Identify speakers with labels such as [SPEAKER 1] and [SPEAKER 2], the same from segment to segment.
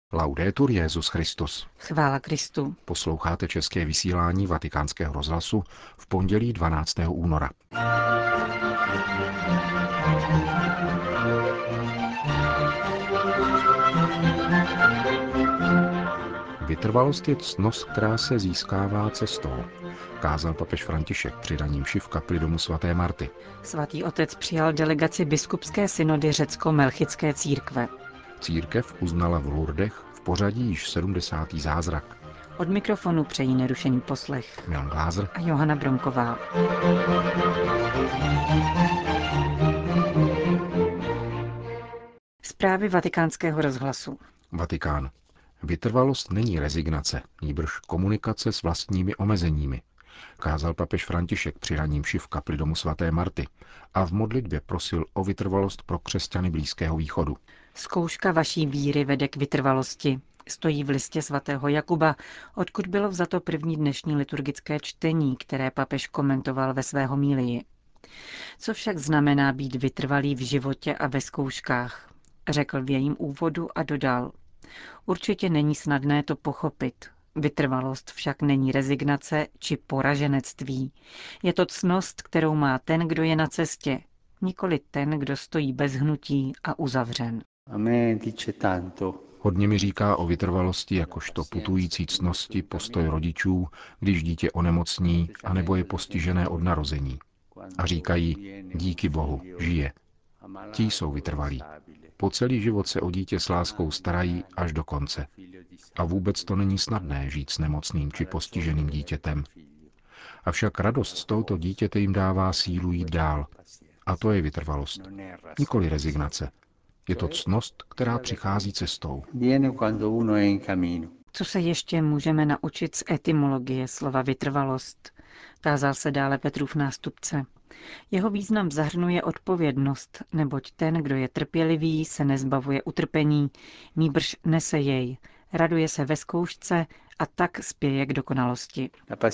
[SPEAKER 1] Laudetur Jesus Christus.
[SPEAKER 2] Chvála Kristu.
[SPEAKER 1] Posloucháte české vysílání Vatikánského rozhlasu v pondělí 12. února. Vytrvalost je ctnost, která se získává cestou, kázal papež František při raní mši v kapli domu svaté Marty.
[SPEAKER 2] Svatý otec přijal delegaci biskupské synody řecko-melchické církve.
[SPEAKER 1] Církev uznala v Lourdech v pořadí již 70. zázrak.
[SPEAKER 2] Od mikrofonu přejí nerušený poslech
[SPEAKER 1] Milan Glázer
[SPEAKER 2] a Johana Bronková. Zprávy Vatikánského rozhlasu.
[SPEAKER 1] Vatikán. Vytrvalost není rezignace, nýbrž komunikace s vlastními omezeními, kázal papež František při raní mši v kapli domu svaté Marty a v modlitbě prosil o vytrvalost pro křesťany Blízkého východu.
[SPEAKER 2] Zkouška vaší víry vede k vytrvalosti. Stojí v listě svatého Jakuba, odkud bylo vzato první dnešní liturgické čtení, které papež komentoval ve své homílii. Co však znamená být vytrvalý v životě a ve zkouškách? Řekl v jejím úvodu a dodal. Určitě není snadné to pochopit. Vytrvalost však není rezignace či poraženectví. Je to ctnost, kterou má ten, kdo je na cestě, nikoli ten, kdo stojí bez hnutí a uzavřen.
[SPEAKER 1] Hodně mi říká o vytrvalosti jakožto putující ctnosti postoj rodičů, když dítě onemocní anebo je postižené od narození. A říkají, díky Bohu, žije. Ti jsou vytrvalí. Po celý život se o dítě s láskou starají až do konce. A vůbec to není snadné žít s nemocným či postiženým dítětem. Avšak radost z tohoto dítěte jim dává sílu jít dál. A to je vytrvalost. Nikoli rezignace. Je to ctnost, která přichází cestou.
[SPEAKER 2] Co se ještě můžeme naučit z etymologie slova vytrvalost? Tázal se dále Petrův nástupce. Jeho význam zahrnuje odpovědnost, neboť ten, kdo je trpělivý, se nezbavuje utrpení, nýbrž nese jej, raduje se ve zkoušce a tak spěje k dokonalosti.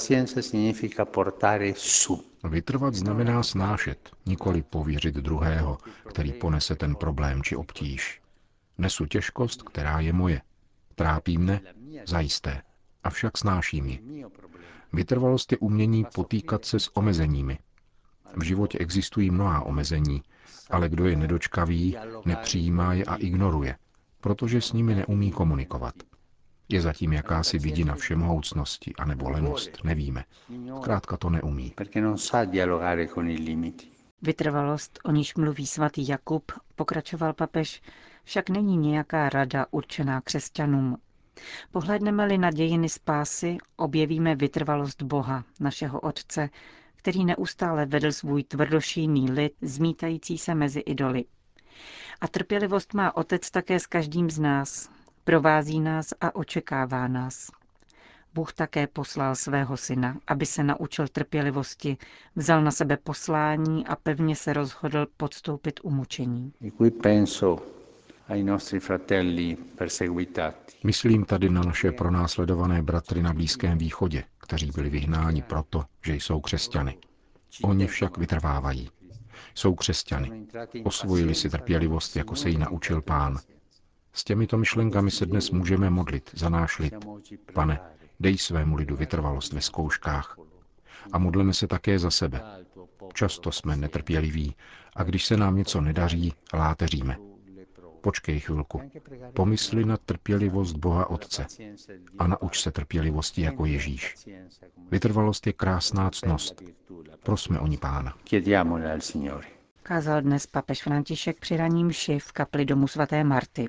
[SPEAKER 1] Vytrvat znamená snášet, nikoli pověřit druhého, který ponese ten problém či obtíž. Nesu těžkost, která je moje. Trápí mne? Zajisté. Avšak snáším ji. Vytrvalost je umění potýkat se s omezeními. V životě existují mnohá omezení, ale kdo je nedočkavý, nepřijímá je a ignoruje, protože s nimi neumí komunikovat. Je zatím jakási vidina všemohoucnosti anebo lenost, nevíme. Zkrátka to neumí.
[SPEAKER 2] Vytrvalost, o níž mluví svatý Jakub, pokračoval papež, však není nějaká rada určená křesťanům. Pohlédneme-li na dějiny spásy, objevíme vytrvalost Boha, našeho Otce, který neustále vedl svůj tvrdošíjný lid, zmítající se mezi idoly. A trpělivost má Otec také s každým z nás. Provází nás a očekává nás. Bůh také poslal svého syna, aby se naučil trpělivosti, vzal na sebe poslání a pevně se rozhodl podstoupit umučení.
[SPEAKER 1] Myslím tady na naše pronásledované bratry na Blízkém východě, kteří byli vyhnáni proto, že jsou křesťany. Oni však vytrvávají. Jsou křesťany. Osvojili si trpělivost, jako se jí naučil Pán. S těmito myšlenkami se dnes můžeme modlit za náš lid. Pane, dej svému lidu vytrvalost ve zkouškách. A modleme se také za sebe. Často jsme netrpěliví a když se nám něco nedaří, láteříme. Počkej chvilku. Pomysli na trpělivost Boha Otce a nauč se trpělivosti jako Ježíš. Vytrvalost je krásná ctnost. Prosme o ní Pána.
[SPEAKER 2] Kázal dnes papež František při raní mši v kapli domu svaté Marty.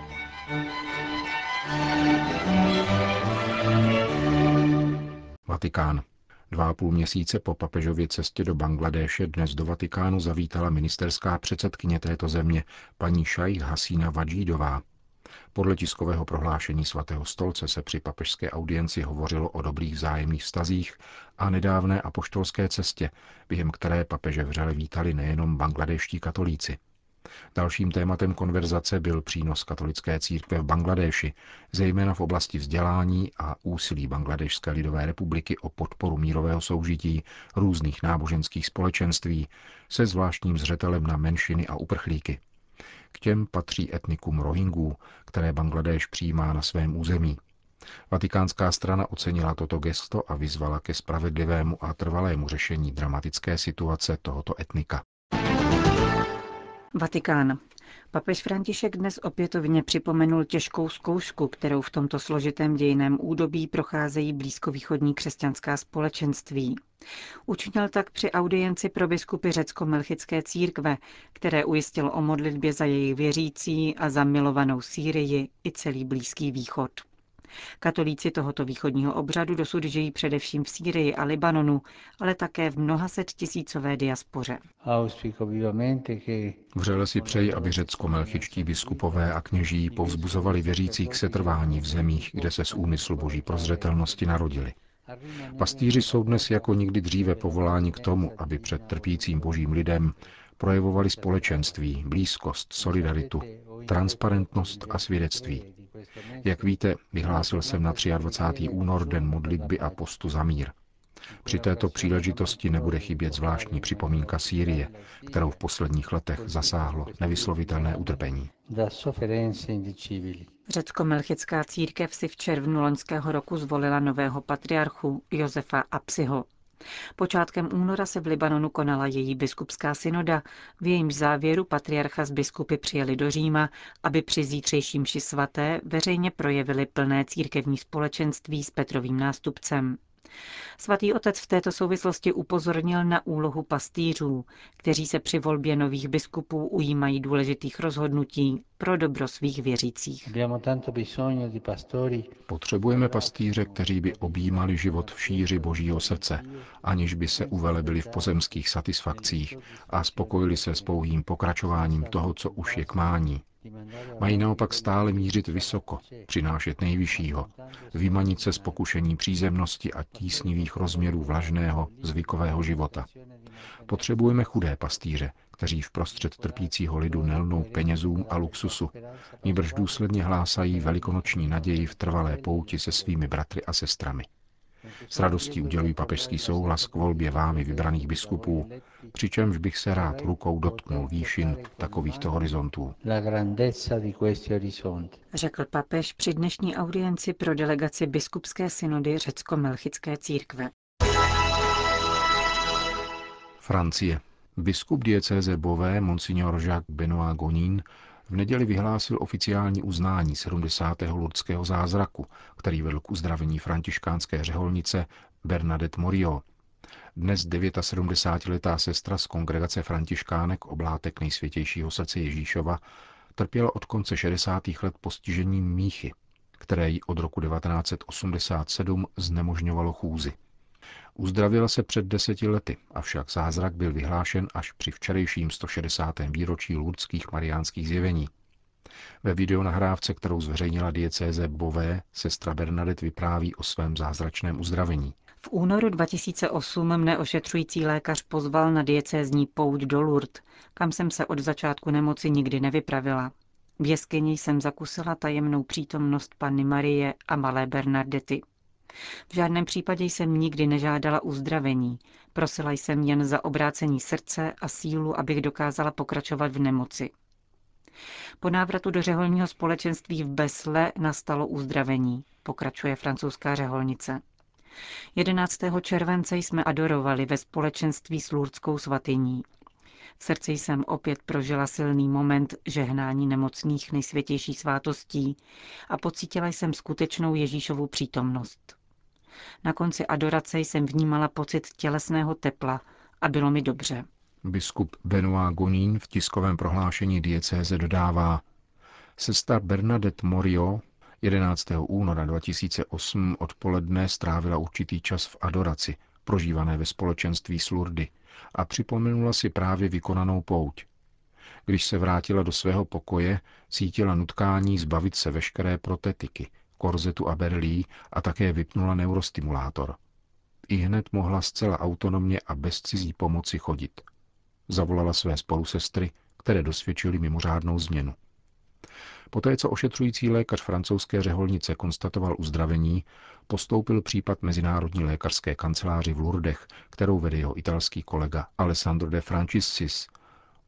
[SPEAKER 1] Vatikán. 2,5 měsíce po papežově cestě do Bangladéše dnes do Vatikánu zavítala ministerská předsedkyně této země, paní Šajch Hasína Vadžídová. Podle tiskového prohlášení svatého stolce se při papežské audienci hovořilo o dobrých vzájemných vztazích a nedávné apoštolské cestě, během které papeže vřele vítali nejenom bangladéští katolíci. Dalším tématem konverzace byl přínos katolické církve v Bangladéši, zejména v oblasti vzdělání a úsilí Bangladéšské lidové republiky o podporu mírového soužití různých náboženských společenství se zvláštním zřetelem na menšiny a uprchlíky. K těm patří etnikum Rohingů, které Bangladéš přijímá na svém území. Vatikánská strana ocenila toto gesto a vyzvala ke spravedlivému a trvalému řešení dramatické situace tohoto etnika.
[SPEAKER 2] Vatikán. Papež František dnes opětovně připomenul těžkou zkoušku, kterou v tomto složitém dějiném údobí procházejí blízkovýchodní křesťanská společenství. Učinil tak při audienci pro biskupy řecko-melchické církve, které ujistil o modlitbě za jejich věřící a za milovanou Sýrii i celý Blízký východ. Katolíci tohoto východního obřadu dosud žijí především v Sýrii a Libanonu, ale také v mnoha settisícové diaspoře.
[SPEAKER 1] Vřele si přeji, aby řecko-melchičtí biskupové a kněží povzbuzovali věřící k setrvání v zemích, kde se z úmyslu boží prozřetelnosti narodili. Pastýři jsou dnes jako nikdy dříve povoláni k tomu, aby před trpícím božím lidem projevovali společenství, blízkost, solidaritu, transparentnost a svědectví. Jak víte, vyhlásil jsem na 23. únor den modlitby a postu za mír. Při této příležitosti nebude chybět zvláštní připomínka Sýrie, kterou v posledních letech zasáhlo nevyslovitelné utrpení.
[SPEAKER 2] Řecko-melchická církev si v červnu loňského roku zvolila nového patriarchu Josefa Apsiho. Počátkem února se v Libanonu konala její biskupská synoda, v jejímž závěru patriarcha z biskupy přijeli do Říma, aby při zítřejší mši svaté veřejně projevili plné církevní společenství s Petrovým nástupcem. Svatý otec v této souvislosti upozornil na úlohu pastýřů, kteří se při volbě nových biskupů ujímají důležitých rozhodnutí pro dobro svých věřících.
[SPEAKER 1] Potřebujeme pastýře, kteří by objímali život v šíři božího srdce, aniž by se uvelebili v pozemských satisfakcích a spokojili se s pouhým pokračováním toho, co už je k mání. Mají naopak stále mířit vysoko, přinášet nejvyššího, vymanit se z pokušení přízemnosti a tísnivých rozměrů vlažného, zvykového života. Potřebujeme chudé pastýře, kteří vprostřed trpícího lidu nelnou penězům a luxusu, nýbrž důsledně hlásají velikonoční naději v trvalé pouti se svými bratry a sestrami. S radostí uděluji papežský souhlas k volbě vámi vybraných biskupů, přičemž bych se rád rukou dotknul výšin takovýchto horizontů.
[SPEAKER 2] Řekl papež při dnešní audienci pro delegaci biskupské synody řecko-melchické církve.
[SPEAKER 1] Francie. Biskup diecéze Beauvais Monsignor Jacques Benoît Gonin v neděli vyhlásil oficiální uznání 70. lurdského zázraku, který vedl k uzdravení františkánské řeholnice Bernadette Moriot. Dnes 79letá sestra z kongregace františkánek Oblátek nejsvětějšího srdce Ježíšova trpěla od konce 60. let postižením míchy, které jí od roku 1987 znemožňovalo chůzi. Uzdravila se před 10 lety, avšak zázrak byl vyhlášen až při včerejším 160. výročí lurdských mariánských zjevení. Ve videonahrávce, kterou zveřejnila diecéze Beauvais, sestra Bernadette vypráví o svém zázračném uzdravení.
[SPEAKER 2] V únoru 2008 mne ošetřující lékař pozval na diecézní pouť do Lourdes, kam jsem se od začátku nemoci nikdy nevypravila. V jeskyni jsem zakusila tajemnou přítomnost Panny Marie a malé Bernadety. V žádném případě jsem nikdy nežádala uzdravení, prosila jsem jen za obrácení srdce a sílu, abych dokázala pokračovat v nemoci. Po návratu do řeholního společenství v Besle nastalo uzdravení, pokračuje francouzská řeholnice. 11. července jsme adorovali ve společenství s Lourdskou svatyní. V srdci jsem opět prožila silný moment žehnání nemocných nejsvětějších svátostí a pocítila jsem skutečnou Ježíšovu přítomnost. Na konci adorace jsem vnímala pocit tělesného tepla a bylo mi dobře.
[SPEAKER 1] Biskup Benoît Gonin v tiskovém prohlášení diecéze dodává: sestra Bernadette Moriot 11. února 2008 odpoledne strávila určitý čas v adoraci, prožívané ve společenství s Lourdy, a připomenula si právě vykonanou pouť. Když se vrátila do svého pokoje, cítila nutkání zbavit se veškeré protetiky, korzetu a berlí a také vypnula neurostimulátor. Ihned mohla zcela autonomně a bez cizí pomoci chodit. Zavolala své spolusestry, které dosvědčily mimořádnou změnu. Poté, co ošetřující lékař francouzské řeholnice konstatoval uzdravení, postoupil případ Mezinárodní lékařské kanceláři v Lourdech, kterou vede jeho italský kolega Alessandro de Franciscis.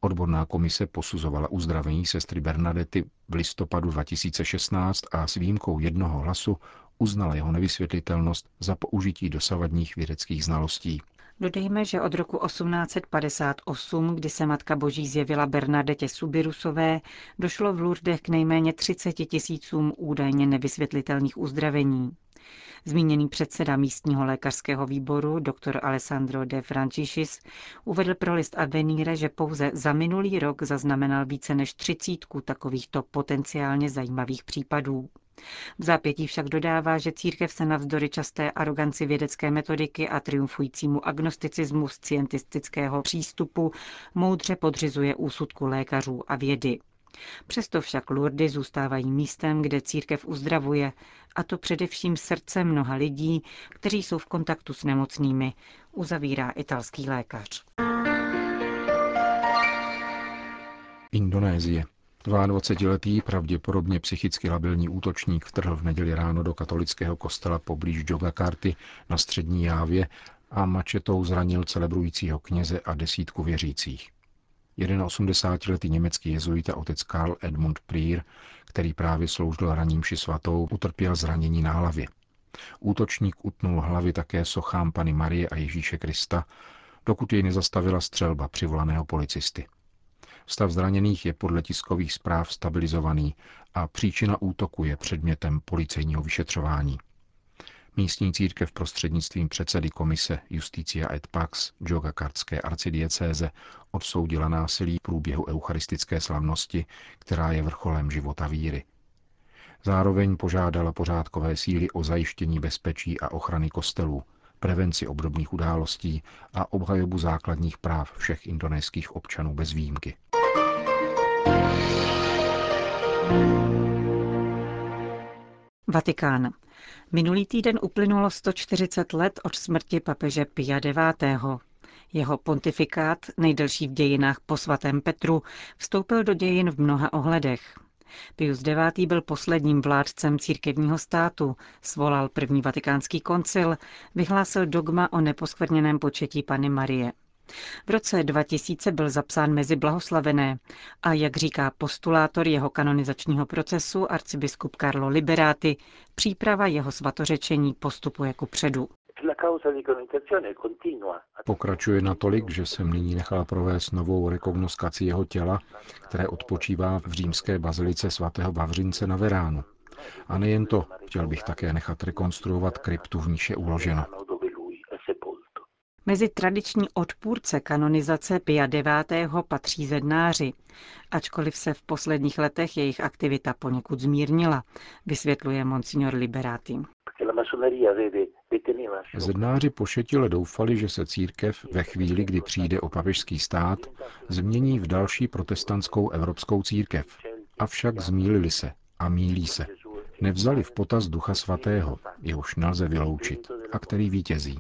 [SPEAKER 1] Odborná komise posuzovala uzdravení sestry Bernadety v listopadu 2016 a s výjimkou jednoho hlasu uznala jeho nevysvětlitelnost za použití dosavadních vědeckých znalostí.
[SPEAKER 2] Dodejme, že od roku 1858, kdy se Matka Boží zjevila Bernadetě Subirusové, došlo v Lourdech k nejméně 30 000 údajně nevysvětlitelných uzdravení. Zmíněný předseda místního lékařského výboru, dr. Alessandro de Franciscis, uvedl pro list Avvenire, že pouze za minulý rok zaznamenal více než 30 takovýchto potenciálně zajímavých případů. V zápětí však dodává, že církev se navzdory časté aroganci vědecké metodiky a triumfujícímu agnosticismu scientistického přístupu moudře podřizuje úsudku lékařů a vědy. Přesto však Lourdes zůstávají místem, kde církev uzdravuje, a to především srdce mnoha lidí, kteří jsou v kontaktu s nemocnými, uzavírá italský lékař.
[SPEAKER 1] Indonésie. 22letý, pravděpodobně psychicky labilní útočník vtrhl v neděli ráno do katolického kostela poblíž Jogjakarty na střední Jávě a mačetou zranil celebrujícího kněze a desítku věřících. 81letý německý jezuita otec Karl Edmund Prier, který právě sloužil raní mši svatou, utrpěl zranění na hlavě. Útočník utnul hlavy také sochám Panny Marie a Ježíše Krista, dokud jej nezastavila střelba přivolaného policisty. Stav zraněných je podle tiskových zpráv stabilizovaný a příčina útoku je předmětem policejního vyšetřování. Místní církev prostřednictvím předsedy komise Justitia et Pax Jogjakartské arcidiecéze odsoudila násilí v průběhu eucharistické slavnosti, která je vrcholem života víry. Zároveň požádala pořádkové síly o zajištění bezpečí a ochrany kostelů, prevenci obdobných událostí a obhajobu základních práv všech indonéských občanů bez výjimky.
[SPEAKER 2] Vatikán. Minulý týden uplynulo 140 let od smrti papeže Pia IX. Jeho pontifikát, nejdelší v dějinách po svatém Petru, vstoupil do dějin v mnoha ohledech. Pius IX. Byl posledním vládcem církevního státu, svolal první vatikánský koncil, vyhlásil dogma o neposkvrněném početí Panny Marie. V roce 2000 byl zapsán mezi blahoslavené a, jak říká postulátor jeho kanonizačního procesu arcibiskup Carlo Liberati, příprava jeho svatořečení postupuje kupředu.
[SPEAKER 1] Pokračuje natolik, že jsem nyní nechal provést novou rekognoskaci jeho těla, které odpočívá v římské bazilice svatého Vavřince na Veránu. A nejen to, chtěl bych také nechat rekonstruovat kryptu, v níž je uloženo.
[SPEAKER 2] Mezi tradiční odpůrce kanonizace Pia IX. Patří zednáři, ačkoliv se v posledních letech jejich aktivita poněkud zmírnila, vysvětluje monsignor Liberati.
[SPEAKER 1] Zednáři pošetile doufali, že se církev ve chvíli, kdy přijde o papežský stát, změní v další protestantskou evropskou církev. Avšak zmýlili se a mýlí se. Nevzali v potaz Ducha Svatého, jehož nelze vyloučit a který vítězí.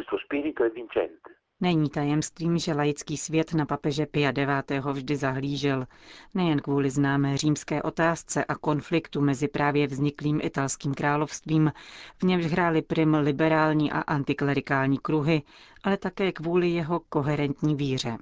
[SPEAKER 2] Není tajemstvím, že laický svět na papeže Pia IX. Vždy zahlížel, nejen kvůli známé římské otázce a konfliktu mezi právě vzniklým italským královstvím, v němž hrály prim liberální a antiklerikální kruhy, ale také kvůli jeho koherentní víře.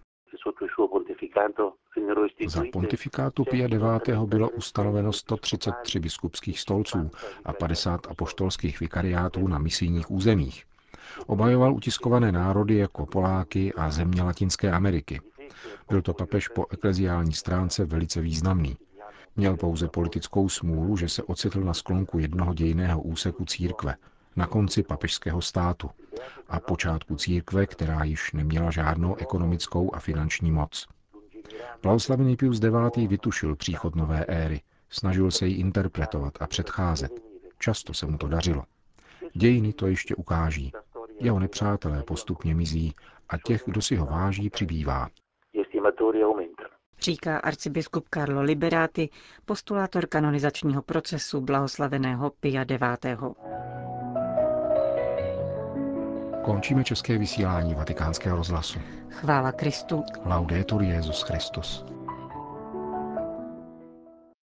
[SPEAKER 1] Za pontifikátu Pia IX. Bylo ustanoveno 133 biskupských stolců a 50 apoštolských vikariátů na misijních územích. Obhajoval utiskované národy jako Poláky a země Latinské Ameriky. Byl to papež po ekleziální stránce velice významný. Měl pouze politickou smůlu, že se ocitl na sklonku jednoho dějinného úseku církve, na konci papežského státu a počátku církve, která již neměla žádnou ekonomickou a finanční moc. Blahoslavený Pius IX. Vytušil příchod nové éry, snažil se ji interpretovat a předcházet. Často se mu to dařilo. Dějiny to ještě ukáží. Jeho nepřátelé postupně mizí a těch, kdo si ho váží, přibývá.
[SPEAKER 2] Říká arcibiskup Carlo Liberati, postulátor kanonizačního procesu blahoslaveného Pia IX.
[SPEAKER 1] Končíme české vysílání Vatikánského rozhlasu.
[SPEAKER 2] Chvála Kristu.
[SPEAKER 1] Laudetur Jesus Christus.